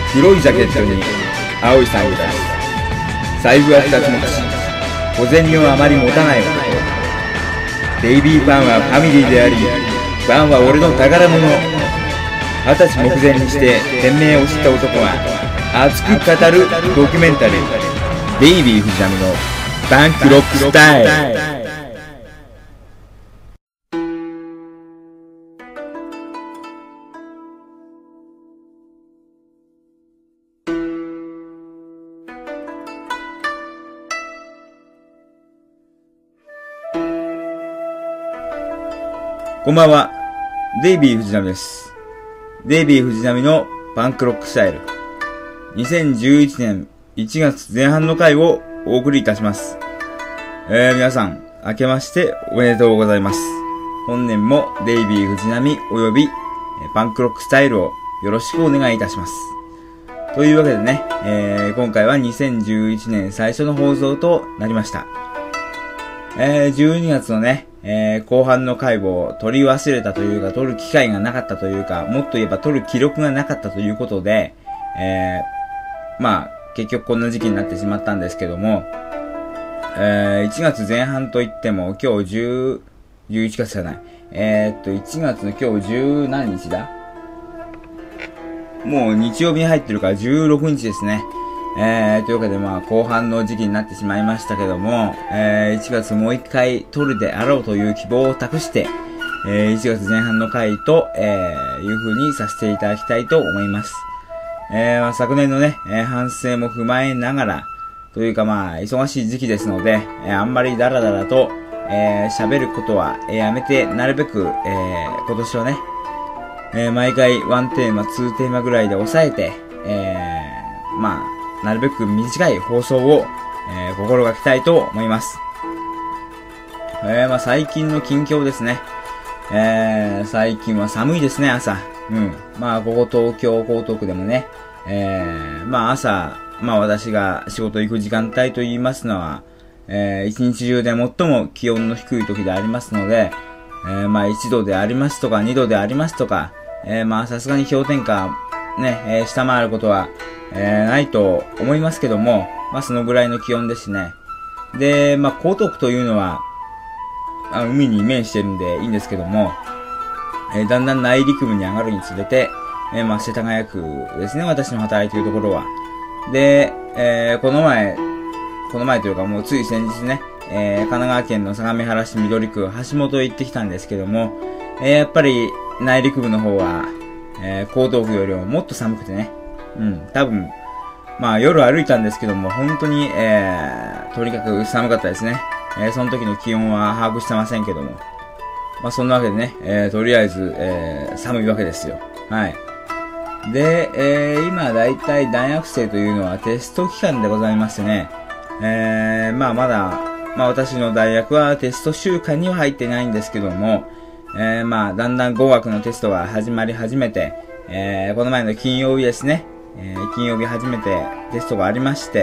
黒いジャケットに青いサングラス、財布は2つ持ち、小銭をあまり持たない男。ベイビーファンはファミリーであり、ファンは俺の宝物。20歳目前にして天命を知った男が熱く語るドキュメンタリー、ベイビー藤波のパンクロックスタイル。こんばんは、デイビー藤波です。デイビー藤波のパンクロックスタイル。2011年1月前半の回をお送りいたします。皆さん、明けましておめでとうございます。本年もデイビー藤波及びパンクロックスタイルをよろしくお願いいたします。というわけでね、今回は2011年最初の放送となりました。12月のね、後半の回を取り忘れたというか、取る機会がなかったというか、もっと言えば取る記録がなかったということで、結局こんな時期になってしまったんですけども、1月前半といっても、今日11月じゃない。1月の今日10何日だ？もう日曜日に入ってるから16日ですね。というわけで後半の時期になってしまいましたけども、1月もう一回撮るであろうという希望を託して、1月前半の回と、いう風にさせていただきたいと思います。昨年のね、反省も踏まえながら、というか忙しい時期ですので、あんまりダラダラと、喋ることは、やめて、なるべく、今年はね、毎回1テーマ、2テーマぐらいで抑えて、なるべく短い放送を、心がけたいと思います。最近の近況ですね。最近は寒いですね、朝。ここ東京、江東区でもね、朝、私が仕事行く時間帯と言いますのは、一日中で最も気温の低い時でありますので、1度でありますとか2度でありますとか、さすがに氷点下ね、下回ることは、ないと思いますけども、そのぐらいの気温ですね。で、江東区というのは、海に面してるんでいいんですけども、だんだん内陸部に上がるにつれて、世田谷区ですね、私の働いているところは。で、この前というかもうつい先日ね、神奈川県の相模原市緑区橋本へ行ってきたんですけども、やっぱり内陸部の方は、江東区よりももっと寒くてね、多分、夜歩いたんですけども、本当に、とにかく寒かったですね。その時の気温は把握してませんけども。そんなわけでね、とりあえず、寒いわけですよ。はい。で、今だいたい大学生というのはテスト期間でございましてね、まだ、私の大学はテスト週間には入ってないんですけども、だんだん語学のテストが始まり始めて、この前の金曜日ですね、金曜日初めてテストがありまして、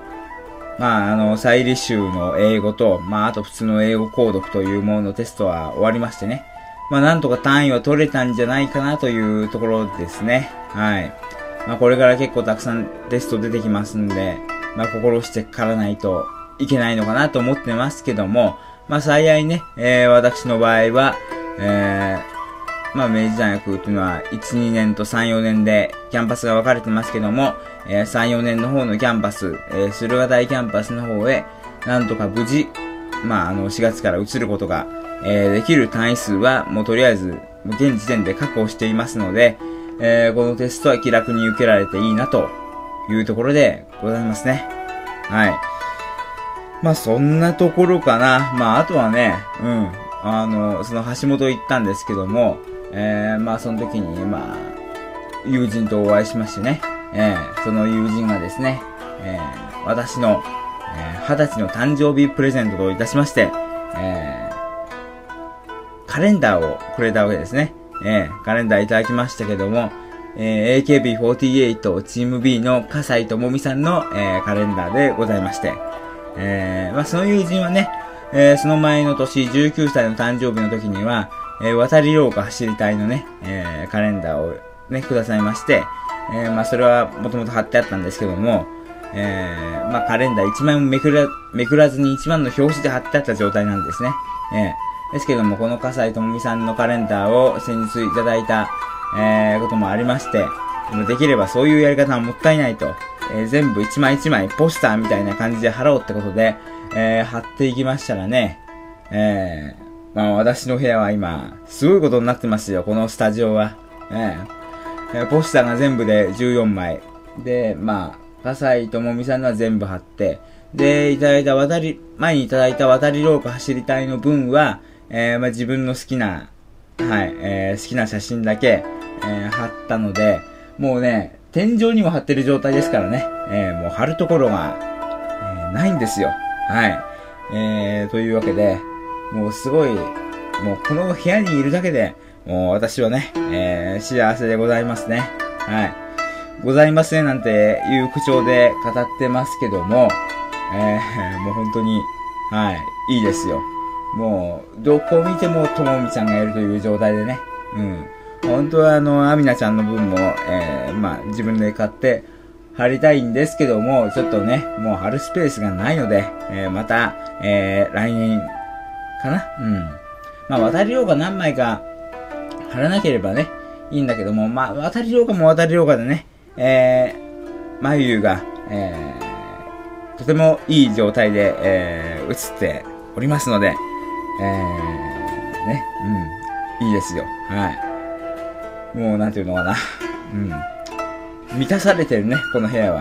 再履修の英語と、あと普通の英語購読というもののテストは終わりましてね。なんとか単位は取れたんじゃないかなというところですね。はい。これから結構たくさんテスト出てきますんで、心してからないといけないのかなと思ってますけども、幸いね、私の場合は、明治大学というのは1、2年と3、4年でキャンパスが分かれてますけども、3、4年の方のキャンパス、駿河台キャンパスの方へ、なんとか無事、4月から移ることが、できる単位数はもうとりあえず、現時点で確保していますので、このテストは気楽に受けられていいなというところでございますね。はい。そんなところかな。あとはね、その橋本行ったんですけども、その時に、友人とお会いしましてね、その友人がですね、私の、20歳の誕生日プレゼントといたしまして、カレンダーをくれたわけですね。カレンダーいただきましたけども、AKB48 チーム B の笠井智美さんの、カレンダーでございまして、その友人はね、その前の年19歳の誕生日の時には、渡り廊下走り隊のね、カレンダーをね、くださいまして、 まあそれはもともと貼ってあったんですけども、まあカレンダー1枚もめくらずに1枚の表紙で貼ってあった状態なんですね。ですけども、この笠井智美さんのカレンダーを先日いただいた、こともありまして、できればそういうやり方はもったいないと、全部1枚1枚ポスターみたいな感じで貼ろうってことで、貼っていきましたらね、まあ私の部屋は今、すごいことになってますよ、このスタジオは。ポスターが全部で14枚。で、まあ、笠井智美さんのは全部貼って、で、前にいただいた渡り廊下走りたいの分は、まあ自分の好きな、はい、好きな写真だけ、貼ったので、もうね、天井にも貼ってる状態ですからね、もう貼るところが、ないんですよ。はい。というわけで、もうすごい、もうこの部屋にいるだけで、もう私はね、幸せでございますね。はい。ございますねなんていう口調で語ってますけども、もう本当に、はい、いいですよ。もう、どこ見てもともみちゃんがいるという状態でね、本当はアミナちゃんの分も、まあ自分で買って貼りたいんですけども、ちょっとね、もう貼るスペースがないので、また、来年かな。まあ渡り廊下何枚か貼らなければね、いいんだけども、まあ渡り廊下も渡り廊下でね、眉が、とてもいい状態で、映っておりますので、ね、いいですよ。はい。もう、なんていうのかな。満たされてるね、この部屋は。はい。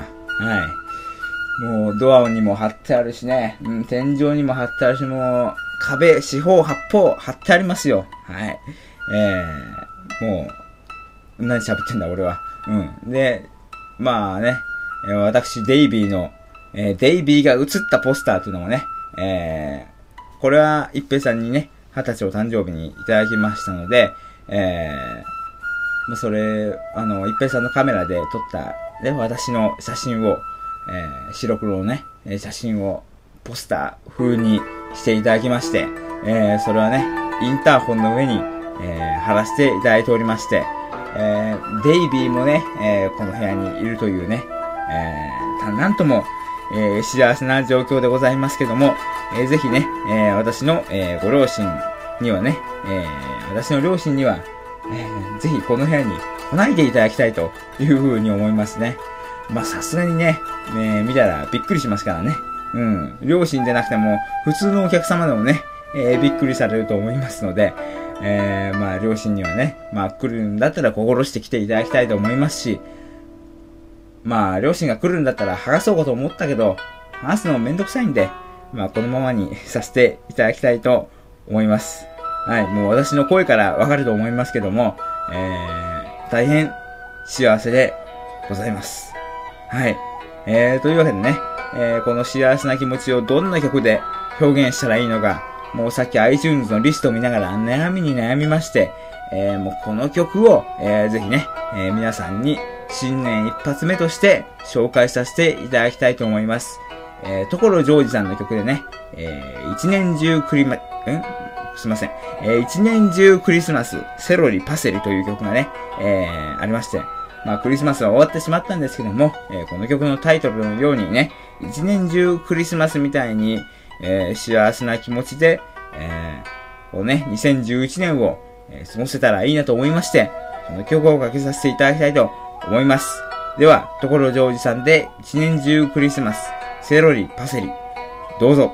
もう、ドアにも貼ってあるしね、天井にも貼ってあるし、もう、壁、四方八方貼ってありますよ。はい。もう、何喋ってんだ、俺は。で、まあね、私、デイビーの、デイビーが写ったポスターというのもね、これは一平さんにね、20歳を誕生日にいただきましたので、まあ、それ、一平さんのカメラで撮った、ね、私の写真を、白黒のね、写真をポスター風にしていただきまして、それはね、インターホンの上に、貼らせていただいておりまして、デイビーもね、この部屋にいるというね、なんとも、幸せな状況でございますけども、ぜひね、私の、ご両親にはね、私の両親には、ぜひこの部屋に来ないでいただきたいというふうに思いますね。まあさすがにね、見たらびっくりしますからね。両親でなくても普通のお客様でもね、びっくりされると思いますので、まあ両親にはね、まあ来るんだったら心して来ていただきたいと思いますし、まあ両親が来るんだったら剥がそうかと思ったけど、剥がすのもめんどくさいんで、まあこのままにさせていただきたいと思います。はい、もう私の声からわかると思いますけども、大変幸せでございます。はい。というわけでね、この幸せな気持ちをどんな曲で表現したらいいのか、もうさっき iTunes のリストを見ながら悩みに悩みまして、もうこの曲を、ぜひね、皆さんに新年一発目として紹介させていただきたいと思います。所ジョージさんの曲でね、一年中すいません。一年中クリスマス、セロリパセリという曲がね、ありまして、まあクリスマスは終わってしまったんですけども、この曲のタイトルのようにね、一年中クリスマスみたいに、幸せな気持ちで、こうね、2011年を、過ごせたらいいなと思いまして、この曲をかけさせていただきたいと思います。では、所ジョージさんで一年中クリスマス、セロリパセリ、どうぞ。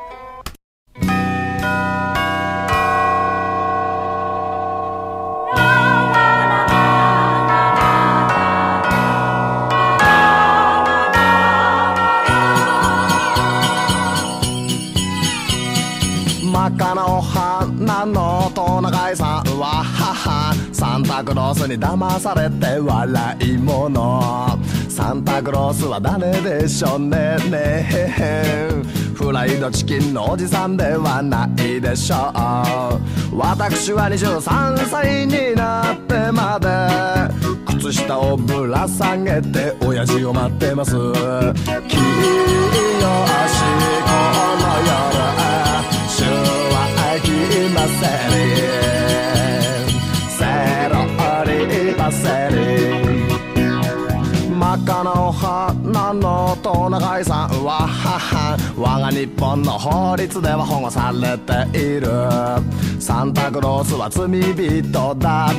真っ赤なお花のトナカイさんはサンタクロースに騙されて笑い者。サンタクロースは誰でしょうねフライドチキンのおじさんではないでしょう。私は23歳になってまで靴下をぶら下げて親父を待ってます。清しこの夜週は来ません。セロリパセリトナカイさんは我が日本の法律では保護されている。サンタクロースは罪人だ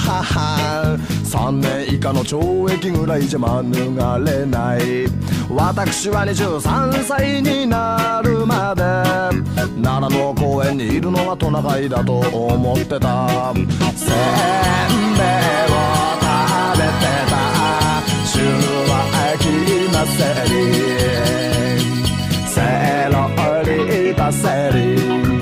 3年以下の懲役ぐらいじゃ免れない。私は23歳になるまで奈良の公園にいるのはトナカイだと思ってた。せんべいを食べてた週はきませりセロリパセリ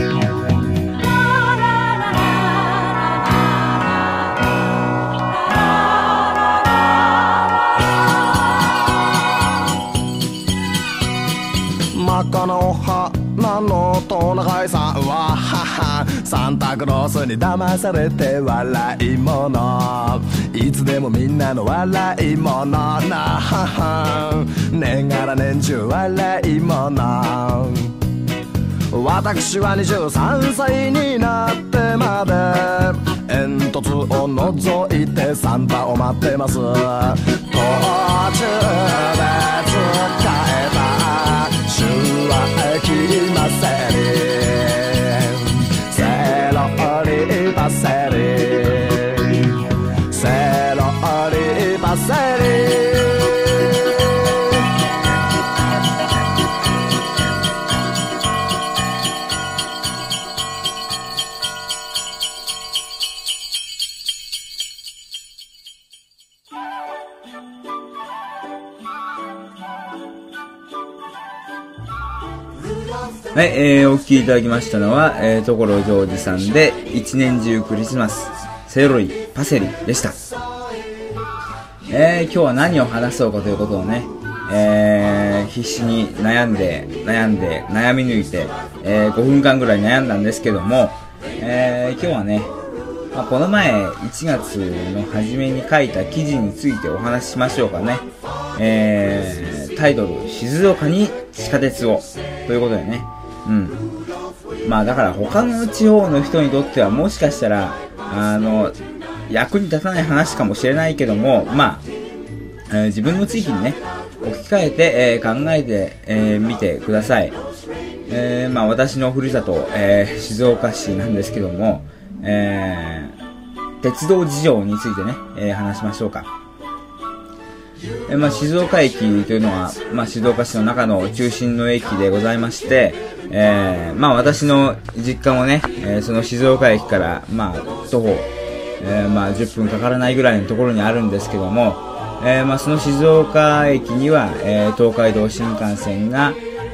真っ赤なお花のトナカイさんはサンタクロースに騙されて笑い者。いつでもみんなの笑い者な年がら年中笑い者。私は23歳になってまで煙突を覗いてサンタを待ってます。途中で使えた週はきませりセロリパセリセロリパセリはい、お聴きいただきましたのは、所ジョージさんで一年中クリスマスセロリパセリでした。今日は何を話そうかということをね、必死に悩み抜いて、5分間ぐらい悩んだんですけども、今日はね、この前1月の初めに書いた記事についてお話ししましょうかね。タイトル静岡に地下鉄をということでね、だから他の地方の人にとってはもしかしたら役に立たない話かもしれないけども、自分の地域にね置き換えて、考えてみてください。私のふるさと、静岡市なんですけども、鉄道事情についてね、話しましょうか。静岡駅というのは、静岡市の中の中心の駅でございまして、私の実家もね、その静岡駅から、徒歩、10分かからないぐらいのところにあるんですけども、その静岡駅には、東海道新幹線が、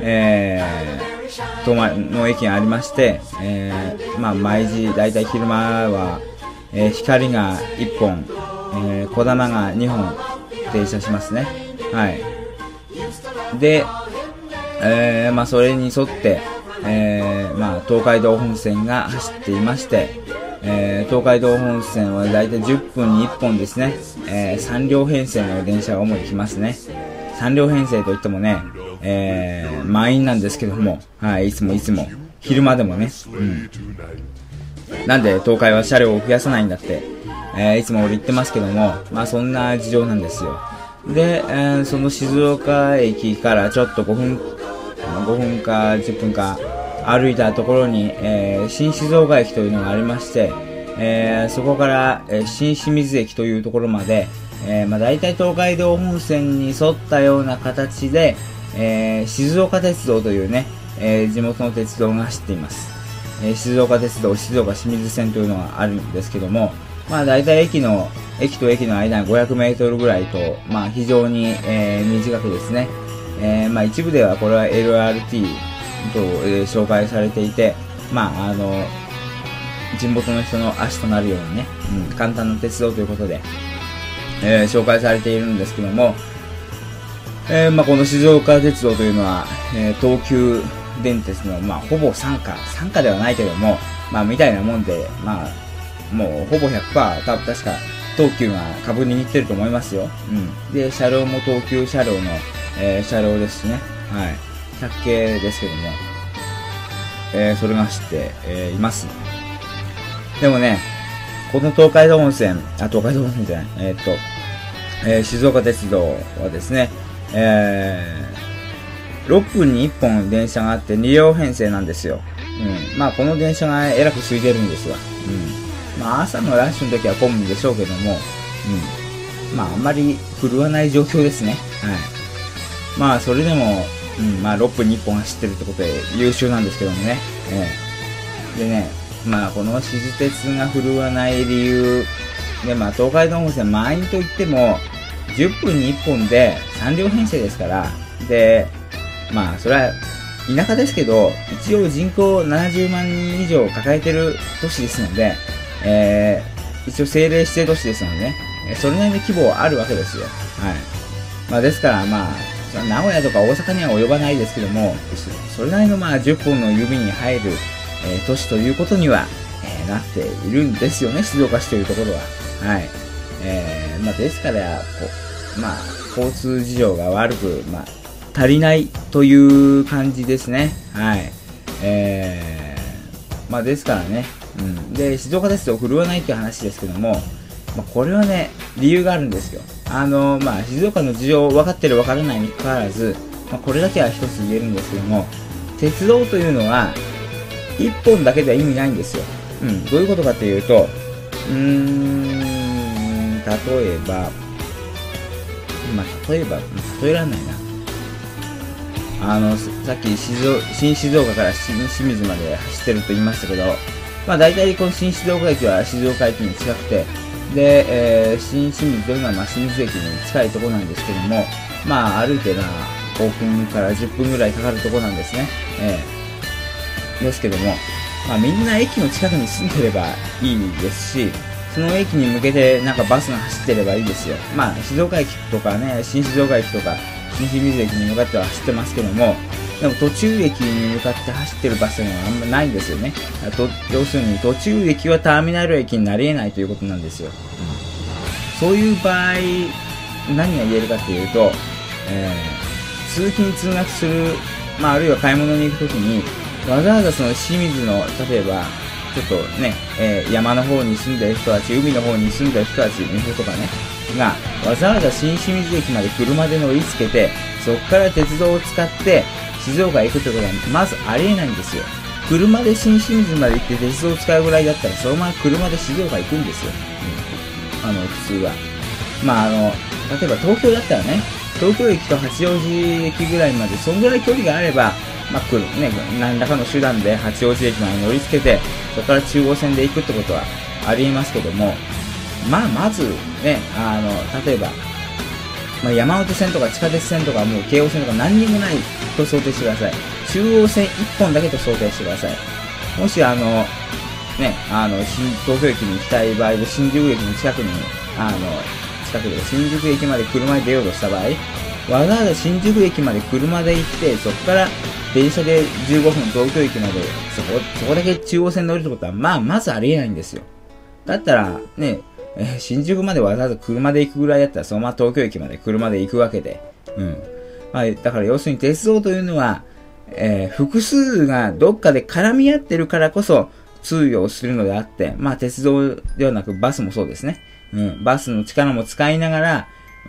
の駅がありまして、毎時だいたい昼間は、光が1本、こだまが2本停車しますね。はい。で、それに沿って、東海道本線が走っていまして、東海道本線はだいたい10分に1本ですね、3両編成の電車が主に来ますね。3両編成といってもね、満員なんですけども、はい、いつも昼間でもね、なんで東海は車両を増やさないんだって、いつも俺言ってますけども、そんな事情なんですよ。で、その静岡駅からちょっと5分か10分か歩いたところに、新静岡駅というのがありまして、そこから、新清水駅というところまで、だいたい東海道本線に沿ったような形で、静岡鉄道というね、地元の鉄道が走っています。静岡鉄道静岡清水線というのがあるんですけども、だいたい駅と駅の間に500メートルぐらいと、非常に、短くですね、一部ではこれは LRT と、紹介されていて、地元の人の足となるようにね、簡単な鉄道ということで、紹介されているんですけども、この静岡鉄道というのは、東急電鉄の、ほぼ傘下ではないけども、みたいなもんで、もうほぼ 100% 確か東急が株握ってると思いますよ。で、車両も東急車両の、車両ですしね。はい。100系ですけども、それが走って、います。でもね、この東海道本線じゃない、静岡鉄道はですね、 6分に1本電車があって2両編成なんですよ。まあこの電車がえらく空いてるんですわ。まあ朝のラッシュの時は混むんでしょうけども、まああんまり振るわない状況ですね。まあそれでも、まあ6分に1本走ってるってことで優秀なんですけどもね。でね、まあこの静鉄が振るわない理由、でまあ東海道本線満員といっても、10分に1本で3両編成ですから、で、まあそれは田舎ですけど、一応人口70万人以上抱えてる都市ですので、一応政令指定都市ですのでね、それなりの規模はあるわけですよ。まあですからまあ、名古屋とか大阪には及ばないですけども、それなりのまあ10本の指に入る、都市ということには、なっているんですよね、静岡市というところは。まあですからまあ交通事情が悪く、まあ足りないという感じですね。まあですからね、で静岡鉄道を振るわないという話ですけども、まあ、これはね理由があるんですよ。まあ静岡の事情分かってる分からないにかかわらず、まあ、これだけは一つ言えるんですけども、鉄道というのは一本だけでは意味ないんですよ。どういうことかというと、例えば例えられないな。さっき新静岡から新清水まで走ってると言いましたけど、まあ大体この新静岡駅は静岡駅に近くて、で、新清水というのはまあ清水駅に近いところなんですけども、まあ歩いて5分から10分ぐらいかかるところなんですね。ですけども、まあみんな駅の近くに住んでればいいですし、その駅に向けてなんかバスが走ってればいいですよ。まあ静岡駅とかね、新静岡駅とか新清水駅に向かっては走ってますけども、でも途中駅に向かって走ってるバスがあんまないんですよね。要するに途中駅はターミナル駅になり得ないということなんですよ。そういう場合、何が言えるかというと、通勤通学する、まああるいは買い物に行くときに、わざわざその清水の、例えば、ちょっとね、山の方に住んでる人たち、海の方に住んでる人たち、日本とかね、が、わざわざ新清水駅まで車で乗り付けて、そこから鉄道を使って静岡へ行くということはまずありえないんですよ。車で新清水まで行って鉄道を使うぐらいだったら、そのまま車で静岡行くんですよ。普通は。まあ例えば東京だったらね、東京駅と八王子駅ぐらいまで、そんぐらい距離があれば、まあ何らかの手段で八王子駅まで乗り付けて、そこから中央線で行くってことはありえますけども、まずね、例えば、山手線とか地下鉄線とかもう京王線とか何にもないと想定してください。中央線1本だけと想定してください。もし東京駅に行きたい場合で新宿駅の近くで新宿駅まで車で出ようとした場合、わざわざ新宿駅まで車で行って、そこから電車で15分東京駅まで、そこだけ中央線乗るってことは、まずありえないんですよ。だったら、ね、新宿までわざわざ車で行くぐらいだったら、そのまま東京駅まで車で行くわけで。だから要するに鉄道というのは、複数がどっかで絡み合ってるからこそ通用するのであって、鉄道ではなくバスもそうですね。バスの力も使いながら、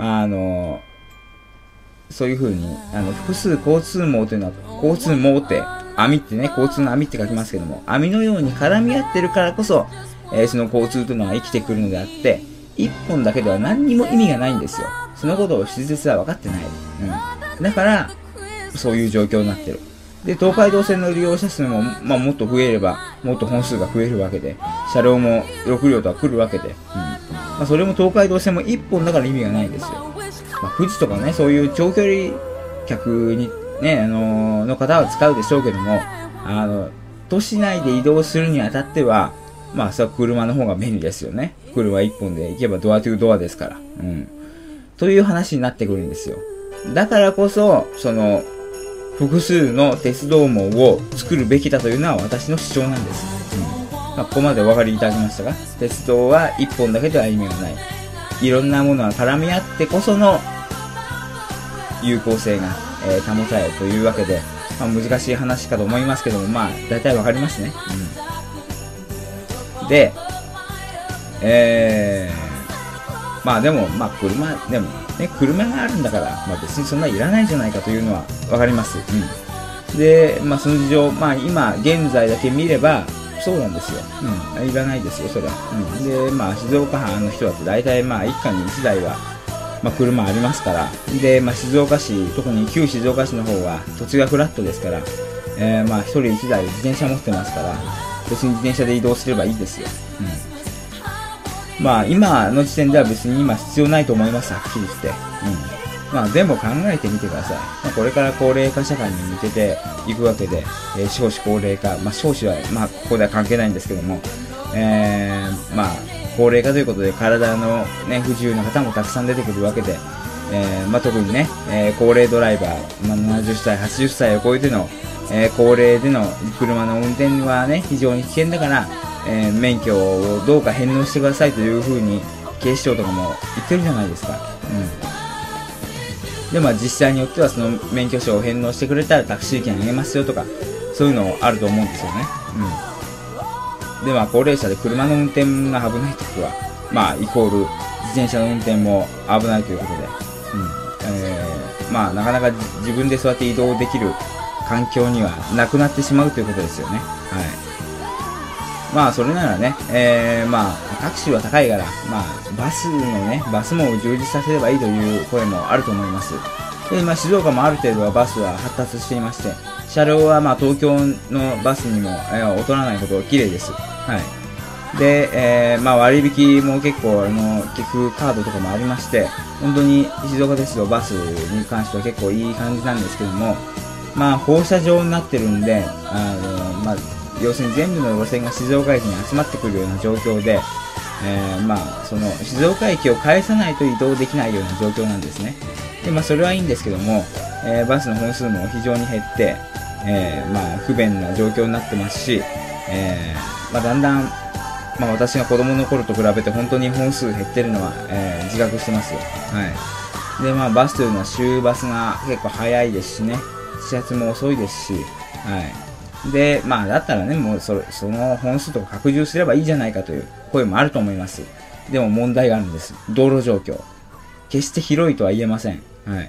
そういう風に、複数交通網というのは、交通網って、網ってね、交通の網って書きますけども、網のように絡み合ってるからこそ、その交通というのは生きてくるのであって、一本だけでは何にも意味がないんですよ。そのことを静鉄は分かってない。だから、そういう状況になってる。で、東海道線の利用者数も、もっと増えれば、もっと本数が増えるわけで、車両も6両とは来るわけで、それも東海道線も一本だから意味がないんですよ。富士とかね、そういう長距離客にね、の方は使うでしょうけども、都市内で移動するにあたっては、それは車の方が便利ですよね。車一本で行けばドアトゥードアですから。という話になってくるんですよ。だからこそ、複数の鉄道網を作るべきだというのは私の主張なんです。ここまでお分かりいただきましたが、鉄道は一本だけでは意味がない。いろんなものが絡み合ってこその有効性が、保たれるというわけで、難しい話かと思いますけども、大体わかりますね。 まあでも、まあ車、でもね、車があるんだから、まあ別にそんないらないじゃないかというのはわかります。で、まあその事情、まあ今、現在だけ見れば、そうなんですよ。いらないですよ、それは。で、まあ静岡藩の人だって大体まあ一家に一台は、まあ車ありますから。で、まあ静岡市、特に旧静岡市の方は土地がフラットですから、まあ一人一台自転車持ってますから、別に自転車で移動すればいいですよ。まあ今の時点では別に今必要ないと思います、はっきり言って。まあでも考えてみてください。まあ、これから高齢化社会に向けていくわけで、少子高齢化、まあ少子はまあここでは関係ないんですけども、まあ高齢化ということで体のね不自由な方もたくさん出てくるわけで、まあ特にね、高齢ドライバー、まあ、70歳、80歳を超えての、高齢での車の運転はね非常に危険だから、免許をどうか返納してくださいというふうに警視庁とかも言ってるじゃないですか。でまあ実際によってはその免許証を返納してくれたらタクシー券あげますよとかそういうのあると思うんですよね。でまあ高齢者で車の運転が危ないときはまあイコール自転車の運転も危ないということで、まあなかなか自分でそうやって移動できる環境にはなくなってしまうということですよね。まあそれならね、まあタクシーは高いから、まあバスも充実させればいいという声もあると思います。で、まあ静岡もある程度はバスは発達していまして、車両はまあ東京のバスにも、劣らないほど綺麗です。で、まあ割引も結構寄付カードとかもありまして、本当に静岡鉄道バスに関しては結構いい感じなんですけども、まあ放射状になってるんで、まあ要するに全部の路線が静岡駅に集まってくるような状況で、まあその静岡駅を返さないと移動できないような状況なんですね。でまあそれはいいんですけども、バスの本数も非常に減って、まあ不便な状況になってますし、まあだんだん、まあ私が子供の頃と比べて本当に本数減ってるのは、自覚してますよ。でまあバスというのは終バスが結構早いですしね、始発も遅いですし、で、まあ、だったらね、もうその本数とか拡充すればいいじゃないかという声もあると思います。でも問題があるんです。道路状況。決して広いとは言えません。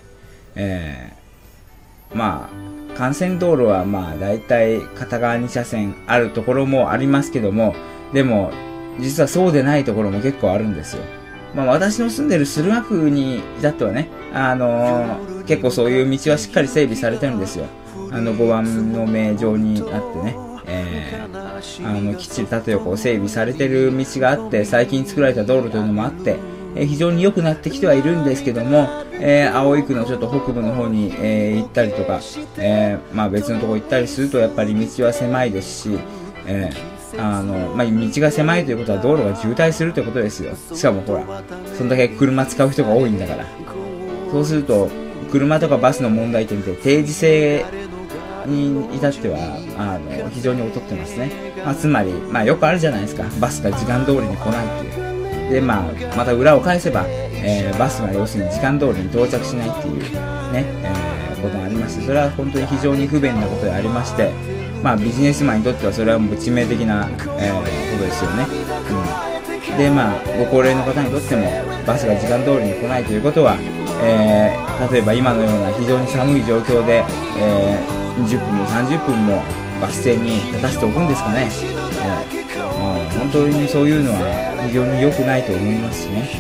まあ、幹線道路はまあ、だいたい片側2車線あるところもありますけども、でも、実はそうでないところも結構あるんですよ。まあ、私の住んでる駿河区に至ってはね、結構そういう道はしっかり整備されてるんですよ。5番の名状になってね、きっちり縦横整備されてる道があって、最近作られた道路というのもあって、非常に良くなってきてはいるんですけども、葵区のちょっと北部の方に、行ったりとか、まあ別のとこ行ったりするとやっぱり道は狭いですし、まあ、道が狭いということは道路が渋滞するということですよ。しかもほら、そんだけ車使う人が多いんだから。そうすると、車とかバスの問題点って定時制に至っては非常に劣ってますね。まあ、つまり、まあ、よくあるじゃないですか。バスが時間通りに来ないっていう。で、まあ、また裏を返せば、バスが要するに時間通りに到着しないっていうね、ことがありまして、それは本当に非常に不便なことでありまして、まあ、ビジネスマンにとってはそれはもう致命的な、ことですよね。で、まあ、ご高齢の方にとってもバスが時間通りに来ないということは、例えば今のような非常に寒い状況で、20分も30分もバス停に立たせておくんですかね。本当にそういうのは非常に良くないと思いますしね。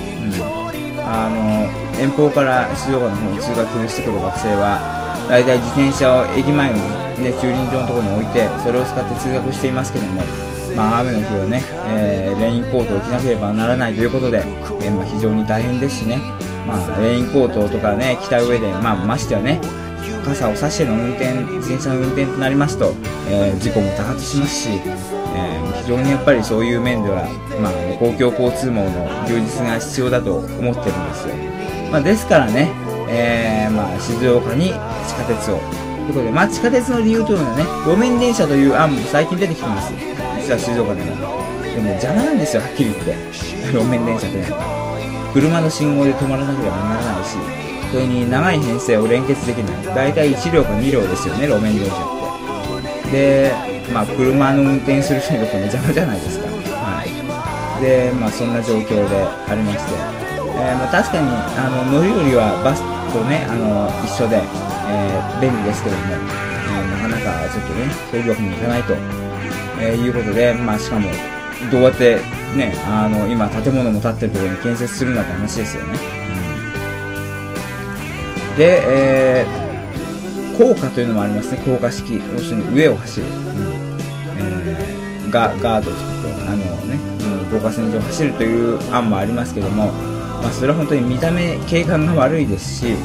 遠方から静岡の方に通学してくる学生はだいたい自転車を駅前の、ね、駐輪場のところに置いてそれを使って通学していますけども、まあ、雨の日はね、レインコートを着なければならないということで、まあ、非常に大変ですしね、まあ、レインコートとかね着た上で、まあ、ましてはね傘を差しての運転、自転車の運転となりますと、事故も多発しますし、非常にやっぱりそういう面では、まあ、公共交通網の充実が必要だと思ってるんですよ。まあ、ですからね、まあ、静岡に地下鉄をということで、まあ、地下鉄の理由というのはね、路面電車という案も最近出てきてます。実は静岡でも。でも邪魔なんですよ、はっきり言って。路面電車って。車の信号で止まらなければならないし、それに長い編成を連結できない。だいたい1両か2両ですよね、路面電車って。で、まあ、車の運転する人にとっても邪魔じゃないですか。はい。で、まあ、そんな状況でありまして。 確かに乗り降りはバスとね一緒で、便利ですけども、なかなかちょっとねそういうわけにいかないと、いうことで、しかもどうやってね今建物も建ってるところに建設するんだって話ですよね。で、高架というのもありますね。高架式、要するに上を走る、ガードを作って高架線上を走るという案もありますけども、それは本当に見た目景観が悪いですし、いい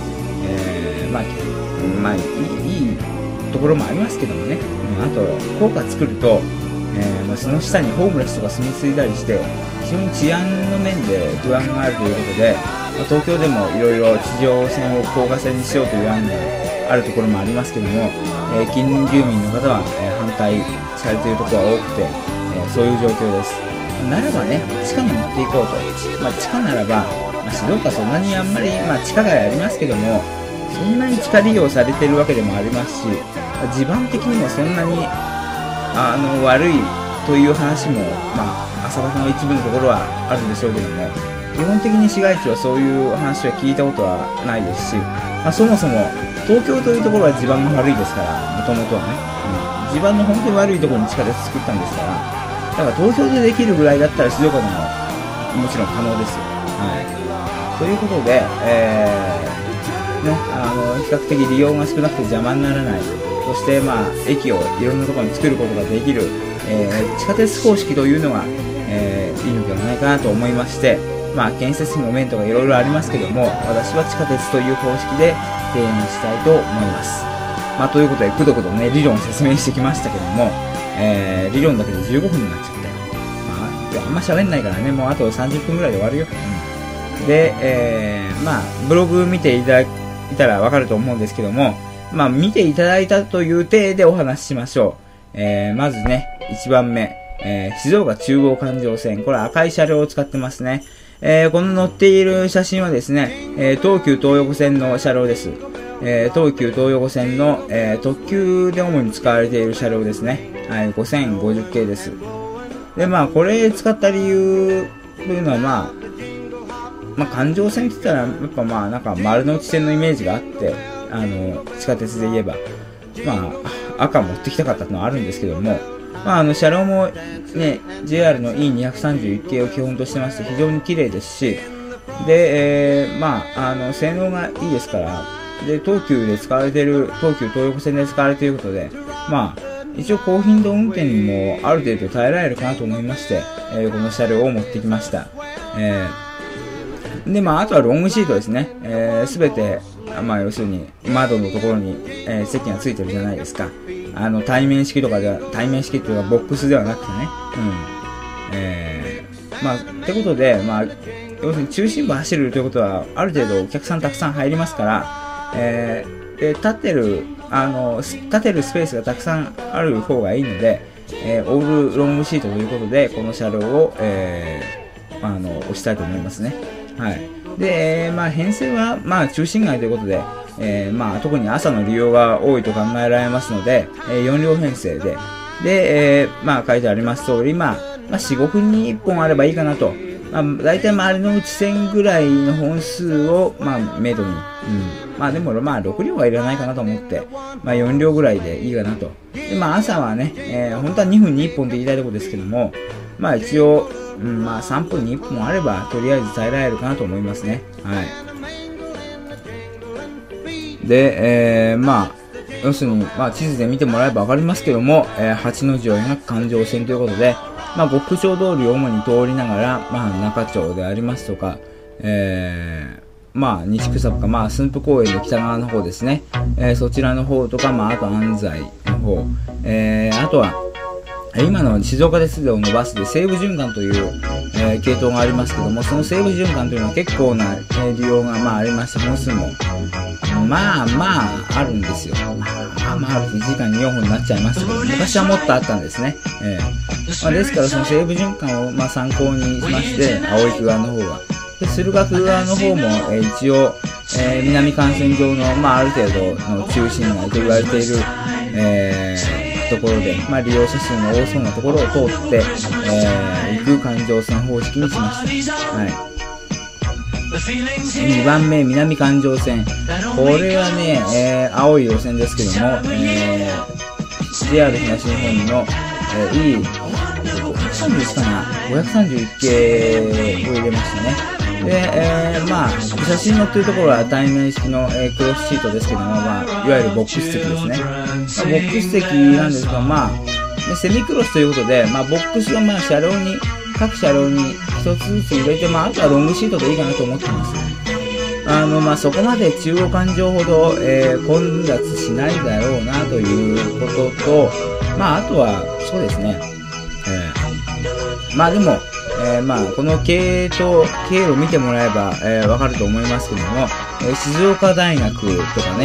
ところもありますけどもね、あと高架作ると、その下にホームレスとか住み着いたりして非常に治安の面で不安があるということで、東京でもいろいろ地上線を高架線にしようという案があるところもありますけども、近隣住民の方は、反対されているところが多くて、そういう状況です。ならばね、地下に持っていこうと、地下ならば、静岡そんなにあんまり、地下街ありますけども、そんなに地下利用されているわけでもありますし、地盤的にもそんなに悪いという話も、浅場の一部のところはあるんでしょうけども、基本的に市街地はそういう話は聞いたことはないですし、そもそも東京というところは地盤が悪いですから、もともとはね、地盤の本当に悪いところに地下鉄作ったんですから、だから東京でできるぐらいだったら静岡でももちろん可能ですよ。ということで、比較的利用が少なくて邪魔にならない、そして駅をいろんなところに作ることができる、地下鉄方式というのが、いいのではないかなと思いまして、建設費の面とかいろいろありますけども、私は地下鉄という方式で提案したいと思います。ということでくどくどね理論を説明してきましたけども、理論だけで15分になっちゃったよ。あんま喋んないからね、もうあと30分ぐらいで終わるよ。で、ブログ見ていただいたらわかると思うんですけども、見ていただいたという体でお話ししましょう。まずね、1番目、静岡中央環状線、これ赤い車両を使ってますね。この載っている写真はですね、東急東横線の車両です。東急東横線の、特急で主に使われている車両ですね。5050系です。で、これ使った理由というのは、環状線って言ったら、やっぱなんか丸の内線のイメージがあって、地下鉄で言えば、赤持ってきたかったのはあるんですけども、車両もね、JR の E231 系を基本としてまして、非常に綺麗ですし、で、性能がいいですから、で、東急で使われている、東急東横線で使われていることで、一応高頻度運転にもある程度耐えられるかなと思いまして、この車両を持ってきました。で、あとはロングシートですね。すべて、要するに窓のところに、席がついてるじゃないですか。対面式とかでは、対面式っていうかボックスではなくてね。ってことで、要するに中心部走るということは、ある程度お客さんたくさん入りますから、で立ってるスペースがたくさんある方がいいので、オールロングシートということで、この車両を、押したいと思いますね。で、編成は、中心街ということで、特に朝の利用が多いと考えられますので、4両編成で、書いてあります通り、4、5分に1本あればいいかなと。だいたい丸の内線ぐらいの本数を、メドに。でも、6両はいらないかなと思って、4両ぐらいでいいかなと。で、朝はね、本当は2分に1本で言いたいところですけども、一応、3分に1本あれば、とりあえず耐えられるかなと思いますね。で、要するに、地図で見てもらえばわかりますけども、8の字を描く環状線ということで、極町通りを主に通りながら、中町でありますとか、西草とか、駿府公園の北側の方ですね、そちらの方とか、あと安西の方、あとは、今の静岡鉄道のバスで西武循環という、系統がありますけども、その西武循環というのは結構な、利用が、ありまして、本数も、あるんですよ。あると1時間に4本になっちゃいますけど、昔はもっとあったんですね。ですから、その西武循環を、参考にしまして、青区側の方は。で、駿河区側の方も、一応、南幹線上の、ある程度の中心街と言われている、ところで、利用者数の多そうなところを通って、行く環状線方式にしました。 2番目、南環状線。これはね、青い路線ですけども、JR 東日本の、531かな ?531 系を入れましたね。で、まあ、写真載ってるところは対面式の、クロスシートですけども、まあ、いわゆるボックス席ですね。まあ、ボックス席なんですが、まあ、セミクロスということで、まあ、ボックスをまあ、各車両に一つずつ入れて、まあ、あとはロングシートでいいかなと思ってます。まあ、そこまで中央環状ほど、混雑しないだろうなということと、まあ、あとは、そうですね。まあでも、まあ、この経路見てもらえば、わかると思いますけども、静岡大学とかね、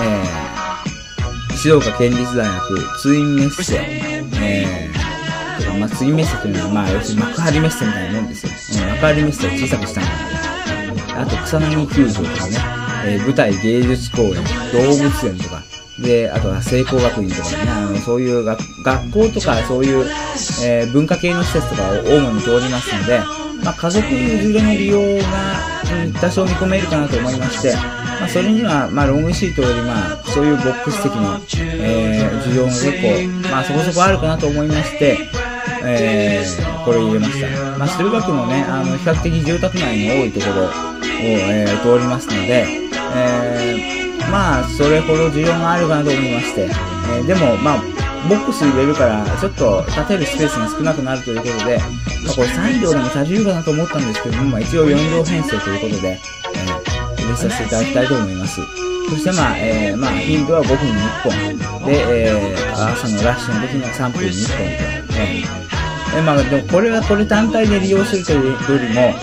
静岡県立大学、ツインメッセ、とか、まあ、ツインメッセというのは、まあ、要するに幕張メッセみたいなもんですよ。幕張メッセを小さくしたんだけど、あと草薙球場とかね、舞台芸術公園、動物園とか、で、あとは聖光学院とかね、そういう学校とか、そういう、文化系の施設とかを主に通りますので、まあ、家族連れの利用が、多少見込めるかなと思いまして、まあ、それには、まあ、ロングシートより、まあ、そういうボックス席の、需要が結構、まあ、そこそこあるかなと思いまして、これ入れました。まあ、駿河区のね、比較的住宅街の多いところを、通りますので、まあ、それほど需要があるかなと思いまして、でも、まあ、ボックス入れるから、ちょっと立てるスペースが少なくなるということで、まあ、これ3両でも足りるかなと思ったんですけども、まあ、一応4両編成ということで、入れさせていただきたいと思います。そして、まあ、まあ、頻度は5分に1本。で、朝のラッシュの時には3分に1本と。まあ、でもこれ単体で利用するというよりも、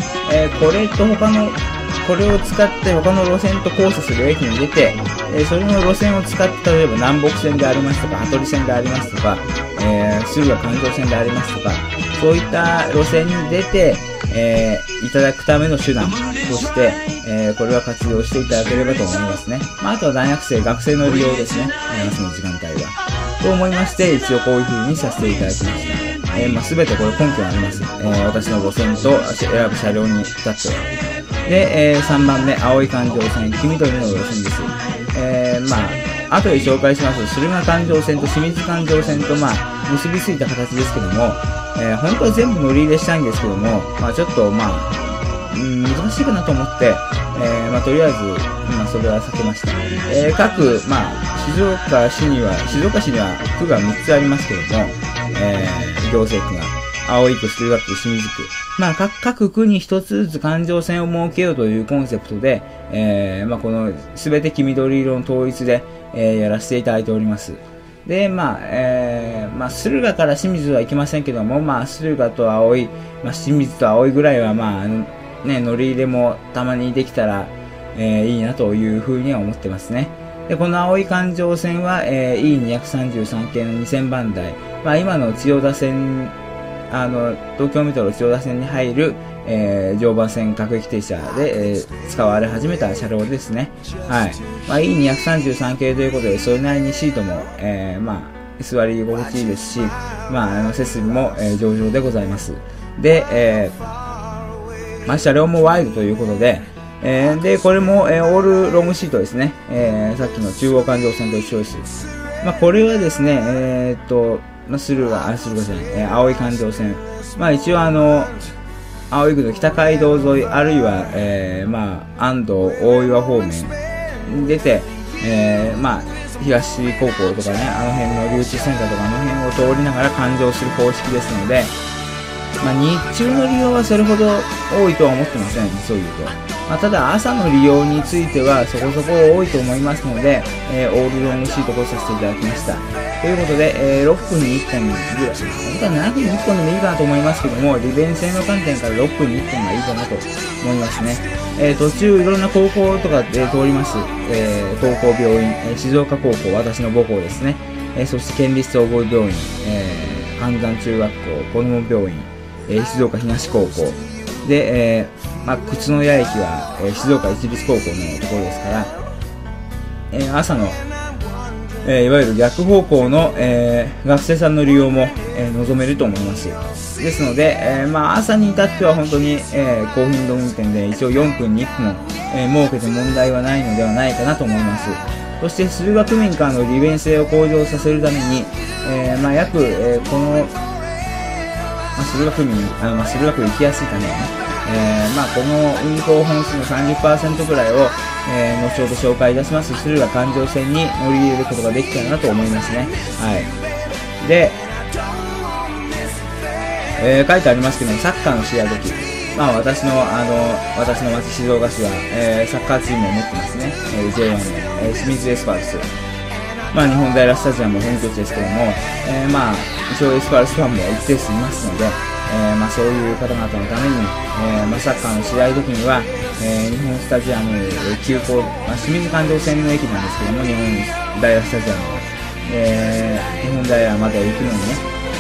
これを使って他の路線と交差する駅に出て、それの路線を使って、例えば南北線でありますとか、羽鳥線でありますとか、駿河環状線でありますとか、そういった路線に出て、いただくための手段として、これは活用していただければと思いますね。まあ、あとは大学生、学生の利用ですね。朝の時間帯は。と思いまして、一応こういう風にさせていただきました。まあ、全てこれ根拠があります。私の路線と選ぶ車両に至っては。で、3番目、青い環状線、黄緑の路線です。まあ、後で紹介します。駿河環状線と清水環状線と、まあ、結びついた形ですけども、本当は全部乗り入れしたいんですけども、まあ、ちょっと、まあ、難しいかなと思って、まあ、とりあえず、まあ、それは避けました。各、まあ、静岡市には区が3つありますけども、行政区が、青い区、駿河区、清水区。まあ、各区に一つずつ環状線を設けようというコンセプトで、まあ、この、すべて黄緑色の統一で、やらせていただいております。で、まあ、まあ、駿河から清水は行きませんけども、まあ、駿河と青い、まあ、清水と青いぐらいは、まあ、ね、乗り入れもたまにできたら、いいなというふうには思ってますね。で、この青い環状線は、E233 系の2000番台。まあ、今の千代田線、東京メトロ千代田線に入る、常磐線各駅停車で、使われ始めた車両ですね。はい。まあ、E233 系ということで、それなりにシートも、まあ、座り心地いいですし、まあ、設備も、上々でございます。で、まあ、車両もワイドということで、で、これも、オールロングシートですね。さっきの中央環状線と一緒です。まあ、これはですね、まあ、駿河線、青い環状線。まあ、一応青い区の北街道沿い、あるいは、まあ、安藤、大岩方面に出て、まあ、東高校とかね、あの辺の留置センターとかあの辺を通りながら環状する方式ですので、まあ、日中の利用はそれほど多いとは思ってません、そういうと。まあ、ただ朝の利用についてはそこそこ多いと思いますので、オールロングシートとさせていただきました。ということで、6分に1本ぐらい、本当は7分に1本でもいいかなと思いますけども、利便性の観点から6分に1本がいいかなと思いますね。途中いろんな高校とかで通ります、高校病院、静岡高校、私の母校ですね。そして県立総合病院、関山中学校、子ども病院、静岡東高校で、まあ、靴の谷駅は、静岡市立高校のところですから、朝の、 いわゆる逆方向の、学生さんの利用も、望めると思います。ですので、朝に至っては本当に、高頻度運転で一応4分に1分、設けて問題はないのではないかなと思います。そして駿河区民間の利便性を向上させるために、約、この、駿河区民、駿河区行きやすいためにね、この運行本数の 30% くらいを、後ほど紹介いたします駿河環状線に乗り入れることができたらなと思いますね。はい。で、書いてありますけども、サッカーの試合時、私の町静岡市は、サッカーチームを持ってますね。J1 の、清水エスパルス。日本平スタジアムも本拠地ですけども、一応エスパルスファンも一定数いますので、そういう方々のために、サッカーの試合時には、日本スタジアム急行、清水環状線の駅なんですけども、日本平スタジアムは、日本平まで行くのにね、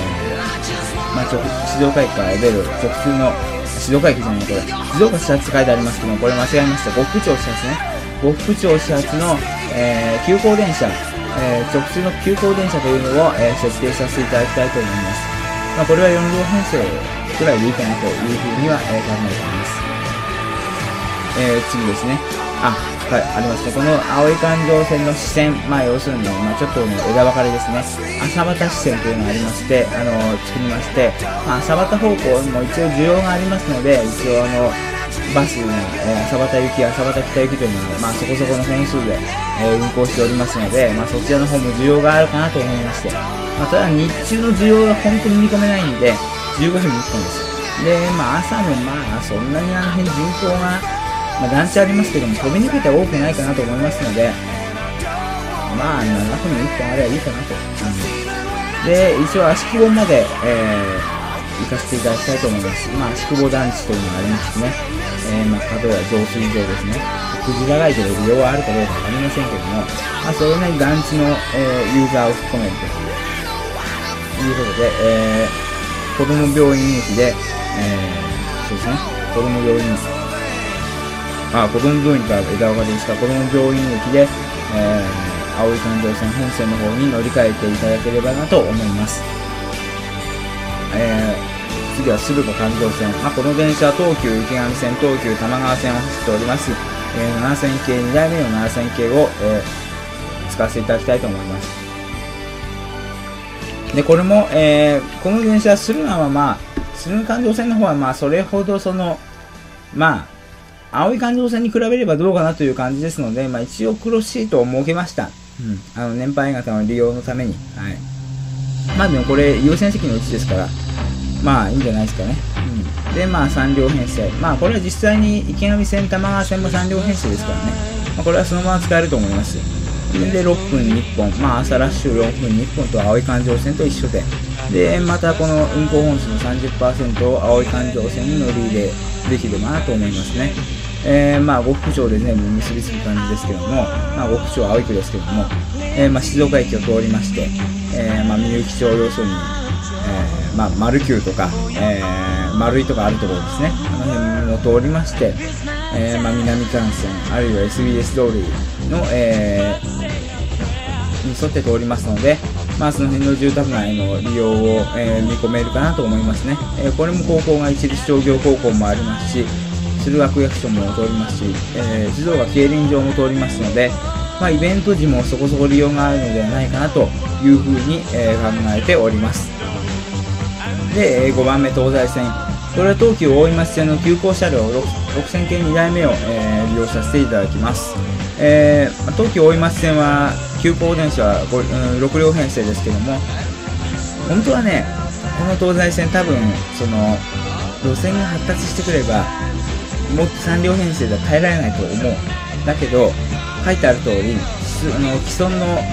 静岡駅から出る直通の、静岡駅じゃないこれ、静岡始発って書いてありますけども、これ間違えました。呉服町始発ね。呉服町始発の、急行電車、直通の急行電車というのを、設定させていただきたいと思います。これは4両編成くらいでいいかなというふうには、考えております。次ですね。ありますね。この青い環状線の支線、要するに、ちょっと枝分かれですね。朝畑支線というのがありまして、作りまして、朝畑方向も一応需要がありますので、一応バスが、朝畑行き、朝畑北行きというのは、そこそこの本数で、運行しておりますので、そちらの方も需要があるかなと思いまして、ただ日中の需要が本当に見込めないんで、15分に1本です。で、朝もそんなに辺人口が、団地ありますけども、飛び抜けて多くないかなと思いますので、7分に1本あればいいかなと。で、一応、芦久保まで、行かせていただきたいと思います。芦久保団地というのがありましてね、角や浄水場ですね。9時長いけど利用はあるかどうかわかりませんけども、それなりに団地の、ユーザーを含めるということで、子供病院駅で、そうですね、子供病院から枝分かれした子供病院駅で、青い環状線本線の方に乗り換えていただければなと思います。次は駿河環状線。この電車は東急池上線、東急多摩川線を走っております。7000系、2代目の7000系を、使わせていただきたいと思います。で、これも、この電車、駿河環状線の方は、それほど青い環状線に比べればどうかなという感じですので、一応クロスシートを設けました。年配方の利用のために。はい。でもこれ、優先席のうちですから、いいんじゃないですかね。で、3両編成。これは実際に池上線、玉川線も3両編成ですからね。これはそのまま使えると思います。で、6分に1本。朝ラッシュ4分に1本と青い環状線と一緒で。で、またこの運行本数の 30% を青い環状線に乗り入れできればなと思いますね。呉服町で全部結びつく感じですけども、呉服町は青い区ですけども、静岡駅を通りまして、みゆき町要するに、丸久とか、丸井とかあるところですね。あの辺を通りまして、南幹線、あるいは SBS 通りの、に沿って通りますので、その辺の住宅街の利用を、見込めるかなと思いますね。これも高校が市立商業高校もありますし、駿河区役所も通りますし、静岡競輪場も通りますので、イベント時もそこそこ利用があるのではないかなというふうに、考えております。で、5番目東西線。これは東急大井町線の急行車両6000系2台目を、利用させていただきます。東急大井町線は急行電車は6両編成ですけども、本当はね、この東西線多分その路線が発達してくればもっと3両編成では耐えられないと思う。だけど書いてある通り、既存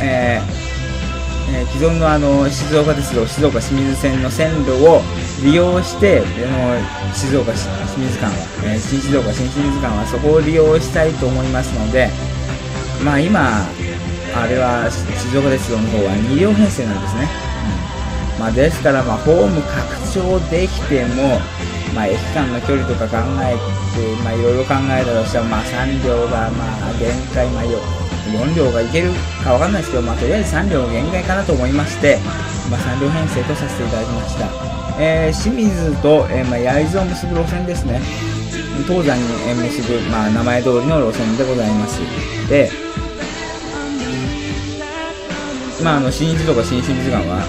の静岡鉄道静岡清水線の線路を利用して静岡清水間は、新静岡新清水間はそこを利用したいと思いますので、今あれは静岡鉄道の方は2両編成なんですね。ですからホーム拡張できても駅間の距離とか考えて、いろいろ考えたとしても、3両が限界、4両がいけるかわかんないですけど、とりあえず3両が限界かなと思いまして、3両編成とさせていただきました。清水と、焼津を結ぶ路線ですね。東西に結ぶ、名前通りの路線でございます。で、新伊豆とか新清水間は、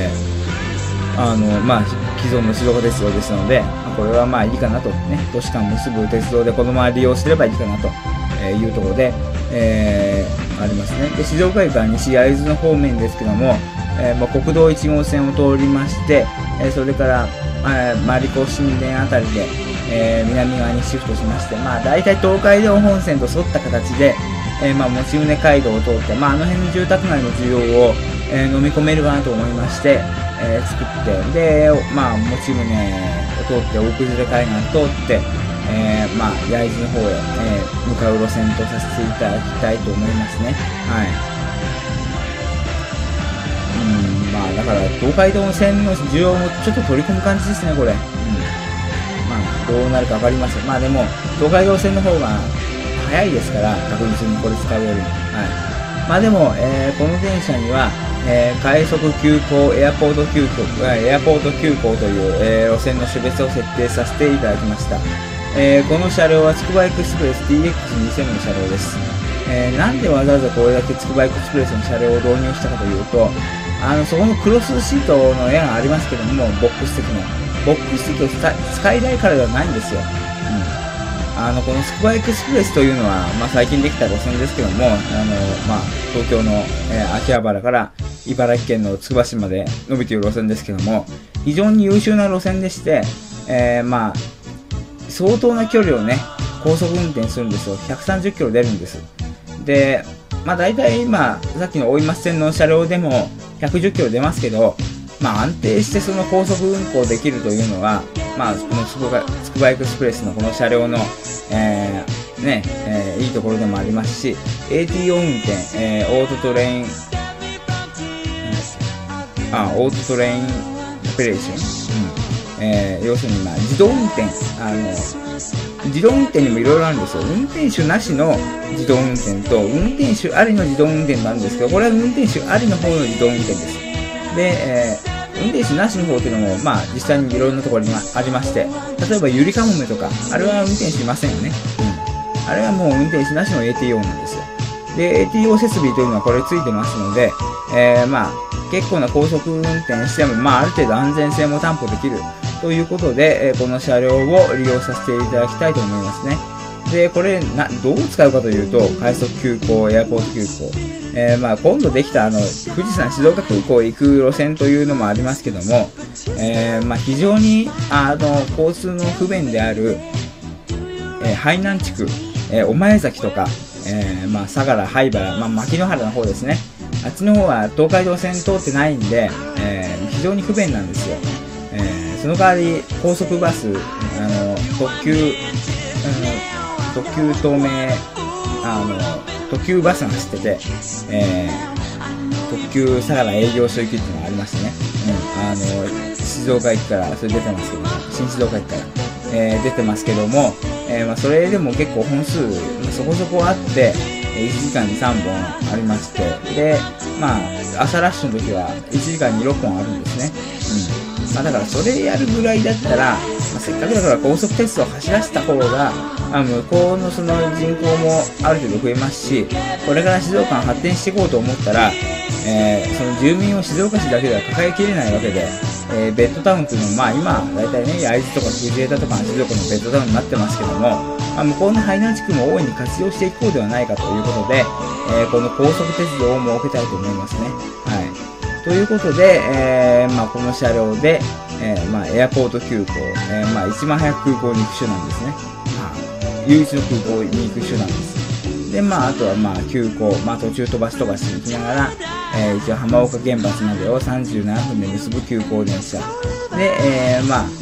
既存の静岡鉄道ですので、これはいいかなとね、都市間結ぶ鉄道で子供は利用すればいいかなというところで、ありますね。で、静岡駅から西焼津の方面ですけども、国道1号線を通りまして、それから丸子新田あたりで、南側にシフトしまして、大体東海道本線と沿った形で、持宗街道を通って、あの辺の住宅街の需要を、飲み込めるかなと思いまして、作って、で、持宗を通って、大崩海岸を通って、焼津の方へ、向かう路線とさせていただきたいと思いますね。はい。だから、東海道線の需要もちょっと取り込む感じですね、これ。どうなるか分かりません。でも、東海道線の方が早いですから、確実にこれ使うよりも。はい。でも、この電車には、快速急行、エアポート急行という、路線の種別を設定させていただきました。この車両はつくばエクスプレス TX2000 の車両です。なんでわざわざこれだけつくばエクスプレスの車両を導入したかというと、そこのクロスシートの絵がありますけども、ボックス席を使いたいからではないんですよ。このつくばエクスプレスというのは、最近できた路線ですけども、東京の、秋葉原から茨城県のつくば市まで伸びている路線ですけども、非常に優秀な路線でして、相当な距離をね、高速運転するんですよ。130キロ出るんです。で、大体さっきの大井松線の車両でも110キロ出ますけど、安定してその高速運行できるというのは、このつくばエクスプレスのこの車両の、いいところでもありますし、ATO 運転、オートトレインオペレーション、要するに自動運転、自動運転にもいろいろあるんですよ。運転手なしの自動運転と運転手ありの自動運転があるんですけど、これは運転手ありの方の自動運転です。で、運転手なしの方っていうのも、実際にいろんなところにありまして、例えばゆりかもめとか、あれは運転手いませんよね。あれはもう運転手なしの ATO なんですよ。で、ATO 設備というのはこれついてますので、結構な高速運転しても、ある程度安全性も担保できるということで、この車両を利用させていただきたいと思いますね。で、これどう使うかというと、快速急行、エアポート急行、今度できた富士山静岡空港へ行く路線というのもありますけども、非常に交通の不便である、海南地区、御前崎とか、相良、灰原、牧之原の方ですね。あっちの方は東海道線通ってないんで、非常に不便なんですよ。その代わり高速バス、特急東名、特急バスが走ってて、特急相良営業所行きっていうのがありましてね、静岡駅からそれ出てますけども、新静岡駅から、出てますけども、それでも結構本数そこそこあって、1時間に3本ありまして、で、朝ラッシュの時は1時間に6本あるんですね。だからそれやるぐらいだったら、せっかくだから高速鉄道を走らせた方が、向こうのその人口もある程度増えますし、これから静岡が発展していこうと思ったら、その住民を静岡市だけでは抱えきれないわけで、ベッドタウンというのも、今、だいたいね、焼津とか藤枝とか静岡のベッドタウンになってますけども、向こうの海南地区も大いに活用していこうではないかということで、この高速鉄道を設けたいと思いますね。はい。ということで、この車両で、エアポート急行、一番早く空港に行く手段ですね。唯一の空港に行く手段です。で、あとは急行、途中飛ばし行きながら、一応浜岡原発までを37分で結ぶ急行電車。で、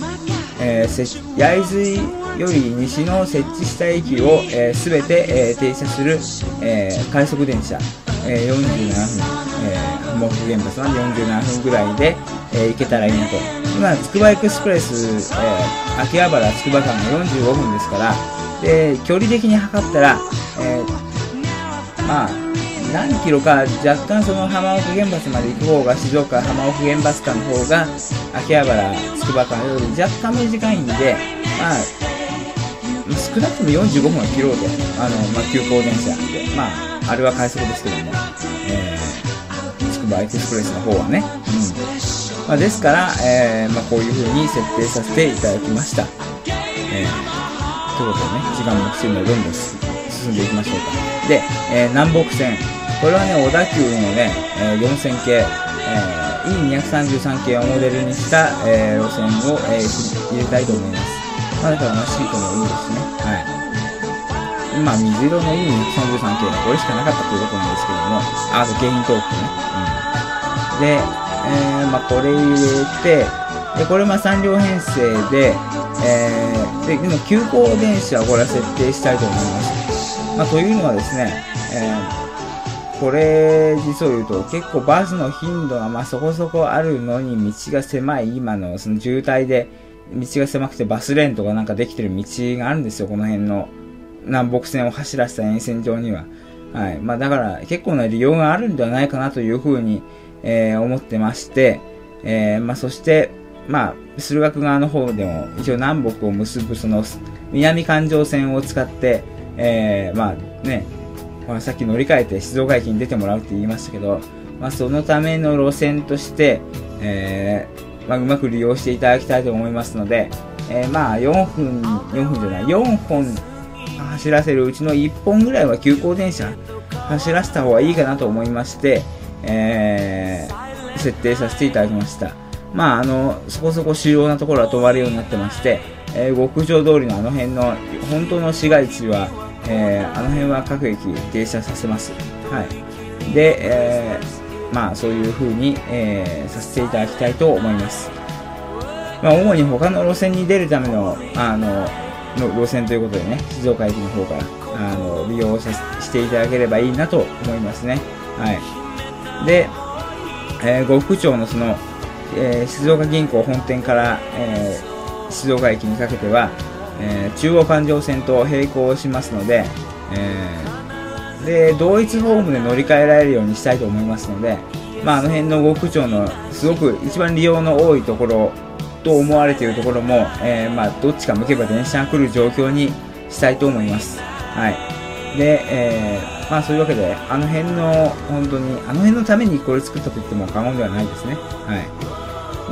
焼津より西の設置した駅をすべて停車する快速電車、47分、浜岡原発まで47分ぐらいで行けたらいいなと今、つくばエクスプレス、秋葉原つくば間が45分ですから、で、距離的に測ったら、まあ、何キロか若干その浜岡原発まで行く方が、静岡浜岡原発間の方が、秋葉原つくば間より若干短いんで、まあ、少なくとも45分は切ろうと。急行電車で。まあ、あれは快速ですけども、つくばエクスプレスの方はね。まあ、ですから、こういう風に設定させていただきました。ということでね、時間も進んでどんどん進んでいきましょうか。で、南北線。これはね、小田急のね、4000系、E233 系をモデルにした、路線を、入れたいと思います。まあ、だからシートもいいですね。はい。まあ、水色の E233 系はこれしかなかったということなんですけども、あと景品トークね。で、これ入れて、で、これ3両編成で、でも急行電車をこれは設定したいと思います。というのはですね、これ実を言うと結構バスの頻度がそこそこあるのに道が狭い今のその渋滞で道が狭くてバスレーンとかなんかできてる道があるんですよ、この辺の南北線を走らせた沿線上には。はい。だから結構な利用があるんではないかなというふうに、思ってまして、そして、駿河区側の方でも一応南北を結ぶその南環状線を使って、さっき乗り換えて静岡駅に出てもらうって言いましたけど、そのための路線として、うまく利用していただきたいと思いますので、4本走らせるうちの1本ぐらいは急行電車走らせた方がいいかなと思いまして、設定させていただきました。そこそこ主要なところは止まるようになってまして、極上通りのあの辺の本当の市街地は、あの辺は各駅停車させます。はい。で、そういう風に、させていただきたいと思います。主に他の路線に出るための、路線ということでね、静岡駅の方から、利用していただければいいなと思いますね。はい。で、呉服町のその、静岡銀行本店から、静岡駅にかけては、中央環状線と並行しますので、で、同一ホームで乗り換えられるようにしたいと思いますので、あの辺の呉服町のすごく一番利用の多いところと思われているところも、どっちか向けば電車が来る状況にしたいと思います。はい。で、そういうわけで、あの辺の、本当に、あの辺のためにこれ作ったと言っても過言ではないですね。はい。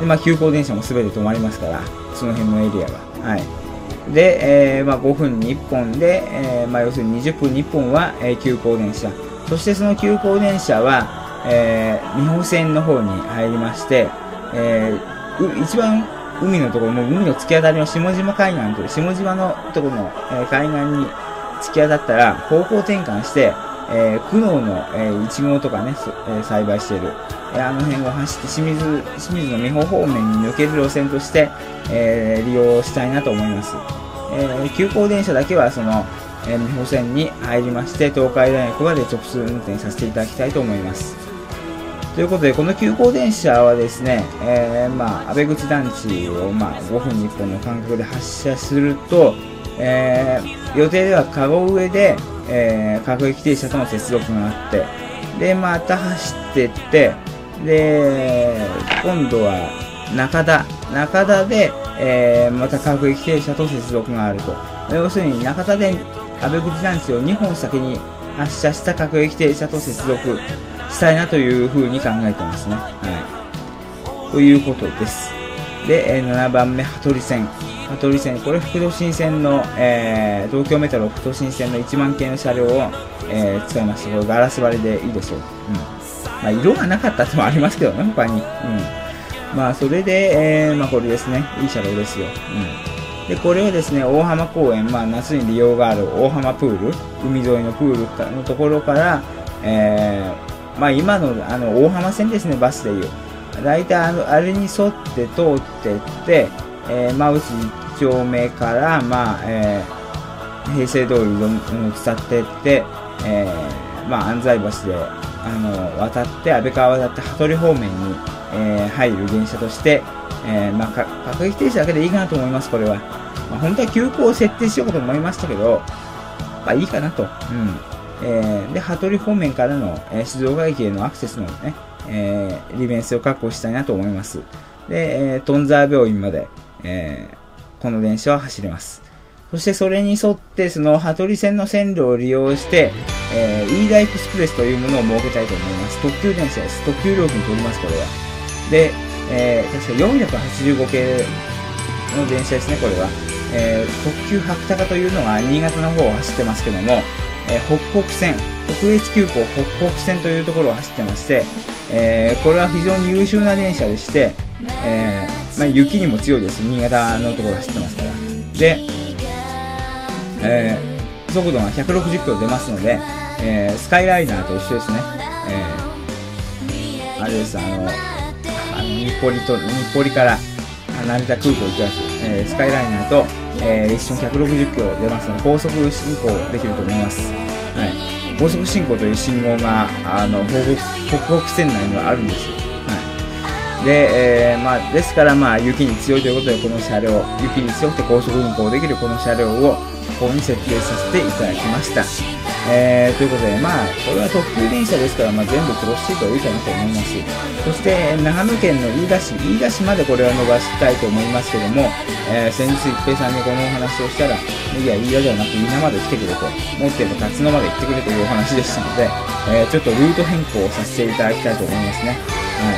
で、急行電車も全て止まりますから、その辺のエリアは。はい。で、5分に1本で、要するに20分に1本は、急行電車。そしてその急行電車は、美保線の方に入りまして、一番海のところ、もう海の突き当たりの下島海岸という、下島のところの、海岸に突き当たったら、方向転換して、久能の、イチゴとかね、栽培している、あの辺を走って清水の美保方面に抜ける路線として、利用したいなと思います。急行電車だけはその、美保線に入りまして、東海大学まで直通運転させていただきたいと思います。ということで、この急行電車はですね、安倍口団地を、5分に1本の間隔で発車すると、予定では籠上で、各駅停車との接続があって、で、また走ってって、で、今度は中田で、また各駅停車と接続があると。要するに中田で安倍口団地を2本先に発車した各駅停車と接続したいなというふうに考えてますね。はい。ということです。で、7番目、羽鳥線。これ、副都心線の、東京メトロ副都心線の1万系の車両を、使いました。これ、ガラス張りでいいでしょう。色がなかったってもありますけどね、他に。それで、これですね。いい車両ですよ。で、これをですね、大浜公園、夏に利用がある大浜プール、海沿いのプールのところから、今の、大浜線ですね、バスでいう。だいたいあれに沿って通っていって、内1丁目から、平成通りを伝っていって、安西橋で、渡って、安倍川を渡って、羽鳥方面に、入る電車として、 各駅停車だけでいいかなと思います、これは。本当は急行を設定しようかと思いましたけど、いいかなと。で、羽鳥方面からの、静岡駅へのアクセスのね、利便性を確保したいなと思います。で、頓沢病院まで、この電車は走れます。そしてそれに沿って、その羽鳥線の線路を利用して、飯田エクスプレスというものを設けたいと思います。特急電車です。特急料金取ります、これは。で、確か485系の電車ですね、これは。特急白鷹というのが新潟の方を走ってますけども、北北線、北越急行北北線というところを走ってまして、これは非常に優秀な電車でして、雪にも強いです。新潟のところを走ってますから。で、速度が160キロ出ますので、スカイライナーと一緒ですね。あれです、日暮里から成田空港行きます。スカイライナーと、一瞬160キロ出ますので、高速進行できると思います。はい。高速進行という信号が、北北線内にはあるんですよ。はい。で、ですから、雪に強いということで、この車両、雪に強くて高速運行できるこの車両を、ここに設計させていただきました。ということで、これは特急電車ですから、全部クロスシートいいかなと思います。そして、長野県の飯田市までこれは伸ばしたいと思いますけども、先日一平さんにこのお話をしたら、いや、飯田ではなく飯田まで来てくれと、もっと言うと辰野まで行ってくれというお話でしたので、ちょっとルート変更をさせていただきたいと思いますね。はい。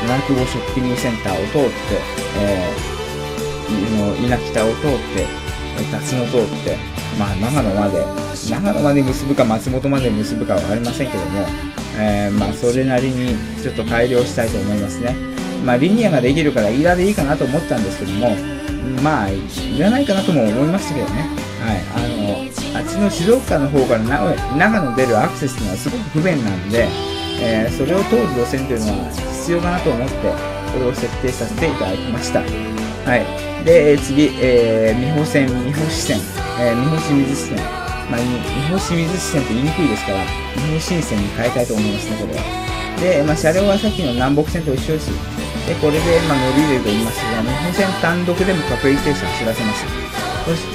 南久保ショッピングセンターを通って、稲北を通って、辰野通って、長野まで結ぶか松本まで結ぶかは分かりませんけども、それなりにちょっと改良したいと思いますね。リニアができるから飯田でいいかなと思ったんですけども、いらないかなとも思いましたけどね。はい。あっちの静岡の方から長野出るアクセスがすごく不便なんで、それを通る路線というのは必要かなと思って、これを設定させていただきました。はい。で、次、三保線、三保支線、三保清水支線。三保清水支線って言いにくいですから、三保新線に変えたいと思いますね、これは。で、車両はさっきの南北線と一緒です。で、これで、乗り入れると言いますが、三保線単独でも各駅停車走らせます。そして、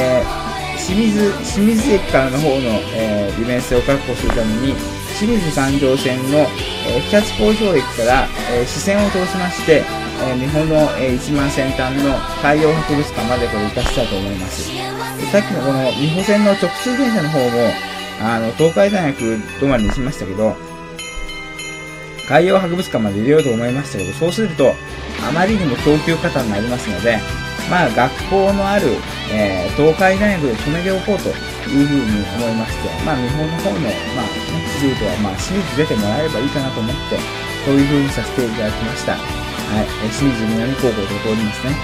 清水駅からの方の、利便性を確保するために、清水環状線の、日立工場駅から、支線を通しまして、日本の、一番先端の海洋博物館までこれ行かせたいと思います。さっきのこの三保線の直通電車の方も、東海大学止まりにしましたけど、海洋博物館まで入れようと思いましたけど、そうすると、あまりにも供給過多になりますので、学校のある、東海大学で止めておこうというふうに思いまして、日本の方の、ルートは、清水出てもらえればいいかなと思って、そういうふうにさせていただきました。はい、清水南高校と通りますね。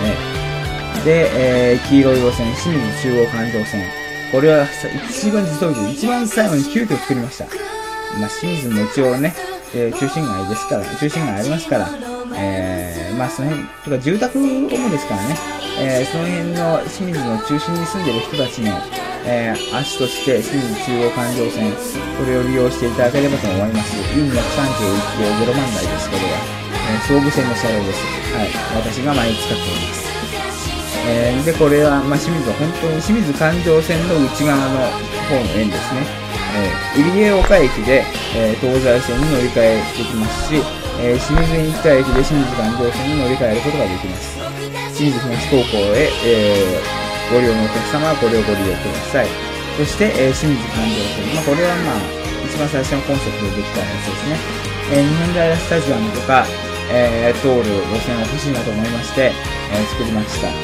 で、黄色い路線、清水中央環状線。これは一番実を言うと一番最後に急遽作りました。清水も一応ね、中心街ですから、中心街ありますから、その辺、とか住宅主ですからね、その辺の清水の中心に住んでいる人たちの、足として清水中央環状線、これを利用していただければと思います。E231 系0万台です、これは。総武線の車両です。はい。私が毎日使っております。で、これは、清水は本当に清水環状線の内側の方の円ですね。入江岡駅で、東西線に乗り換えできますし、清水インター駅で清水環状線に乗り換えることができます。清水東高校へ、ご利用のお客様はこれをご利用ください。そして、清水環状線。これは一番最初のコンセプトでできたやつですね。日本平スタジアムとか、通る路線を欲しいなと思いまして、作りました。はい。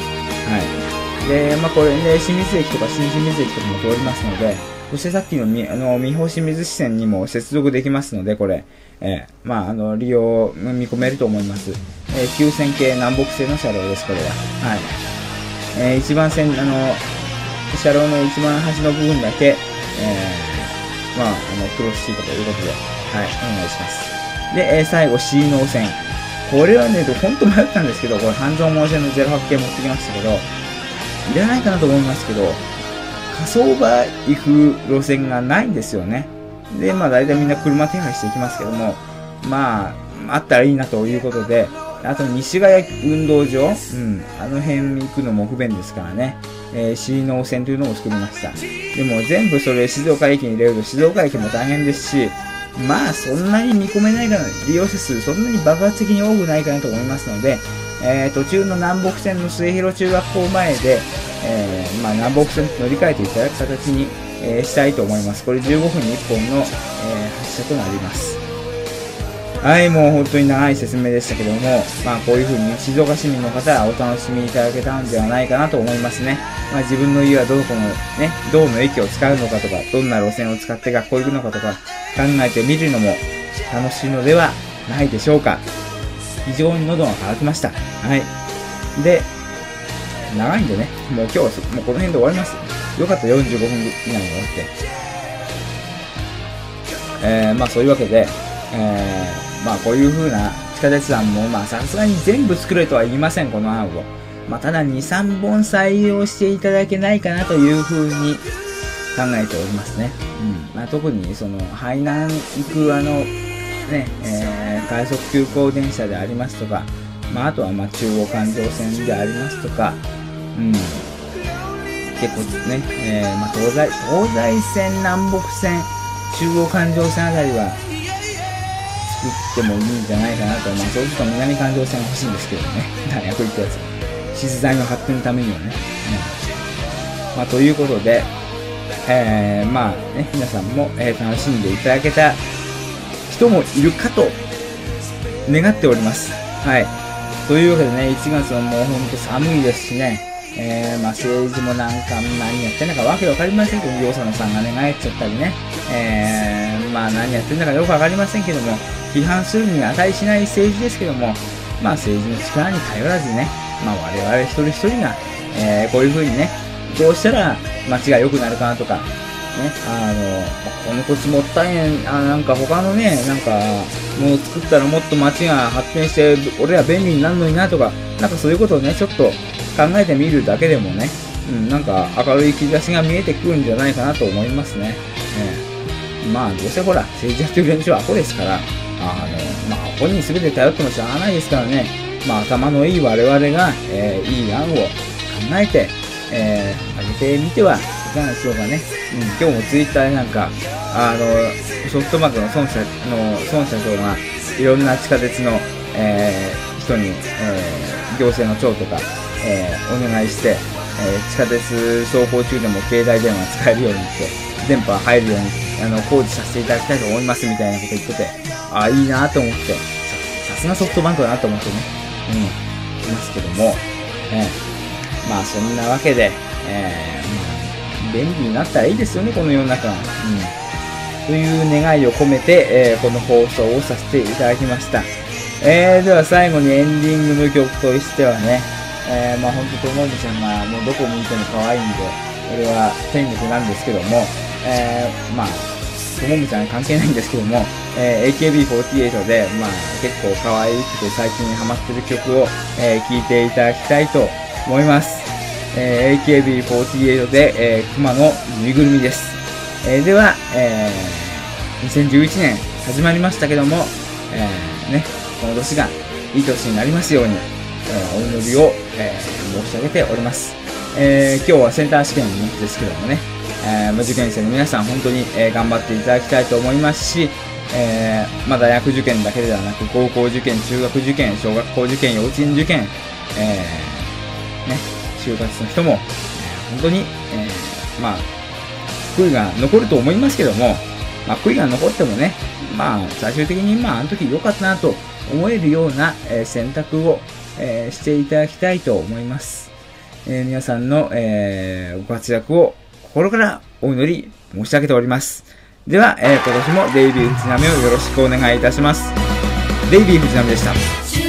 で、これで、清水駅とか新清水駅とかも通りますので、そしてさっきの三保清水支線にも接続できますので、これ、利用見込めると思います。9000系南北製の車両です、これは。はい。一番車両の一番端の部分だけ、クロスシートということで、はい、お願いします。で、最後、C能線。これはね、ほんと迷ったんですけど、これ、半蔵門線の08系持ってきましたけど、いらないかなと思いますけど、火葬場行く路線がないんですよね。で、大体みんな車手配していきますけども、 あったらいいなということで、あと西ヶ谷運動場、あの辺行くのも不便ですからね、市農線というのを作りました。でも全部それ静岡駅に入れると静岡駅も大変ですし、まあそんなに見込めないかな、利用者数そんなに爆発的に多くないかなと思いますので、途中の南北線の末広中学校前で、南北線乗り換えていただく形に、したいと思います。これ15分に1本の、発車となります。はい、もう本当に長い説明でしたけども、こういう風に静岡市民の方はお楽しみいただけたんではないかなと思いますね。自分の家はどこのね、どの駅を使うのかとか、どんな路線を使って学校行くのかとか考えてみるのも楽しいのではないでしょうか。非常に喉が渇きました。はい。で、長いんでね、もう今日はもうこの辺で終わります。よかった、45分以内に終わって。そういうわけで、こういう風な地下鉄案も、さすがに全部作れとは言いません、この案を。ただ2、3本採用していただけないかなという風に考えておりますね。特にその、海南行く快速急行電車でありますとか、あとは中央環状線でありますとか、結構ね、東西線、南北線、中央環状線あたりは作ってもいいんじゃないかなと。そうすると南環状線欲しいんですけどね。大学行ったやつ。資材の発展のためにはね。ということで、皆さんも、楽しんでいただけた人もいるかと願っております。はい。というわけでね、1月はもうほんと寒いですしね、政治も何やってんだかわけわかりませんけど、業者のさんがね、帰っちゃったりね、何やってんだかよくわかりませんけども、批判するに値しない政治ですけども、政治の力に頼らずね、我々一人一人が、こういう風にね、どうしたら街が良くなるかなとか、ね、この土地もったいない、他のね、もう作ったらもっと街が発展して、俺ら便利になるのになとか、そういうことをね、ちょっと考えてみるだけでもね、明るい兆しが見えてくるんじゃないかなと思いますね。どうせほら、政治やってる連中はアホですから、アホに全て頼ってもしょうがないですからね、頭のいい我々が、いい案を考えて、上げてみてはいかがでしょうかね。今日もツイッターでソフトバンクの孫社長がいろんな地下鉄の、人に、行政の長とか、お願いして、地下鉄走行中でも携帯電話使えるようにして電波入るように工事させていただきたいと思いますみたいなこと言ってて、いいなと思って、さすがソフトバンクだなと思ってね、いますけども、そんなわけで、便利になったらいいですよね、この世の中は。という願いを込めて、この放送をさせていただきました。では最後にエンディングの曲としてはね、ほんとともみちゃんがもうどこ見ても可愛いんで、これは天国なんですけども、ともみちゃん関係ないんですけども、AKB48 で、結構可愛くて最近ハマってる曲を、聴いていただきたいと思います。AKB48 で、熊のぬいぐるみです。では、2011年始まりましたけども、この年がいい年になりますように、お祈りを、申し上げております。今日はセンター試験ですけどもね、受験生の皆さん本当に、頑張っていただきたいと思いますし、大学受験だけではなく高校受験、中学受験、小学校受験、幼稚園受験、就活の人も、本当に、悔いが残ると思いますけども、悔いが残ってもね、最終的にあの時良かったなと思えるような、選択を、していただきたいと思います。皆さんの、ご活躍を心からお祈り申し上げております。では、今年もデイビー藤波をよろしくお願いいたします。デイビー藤波でした。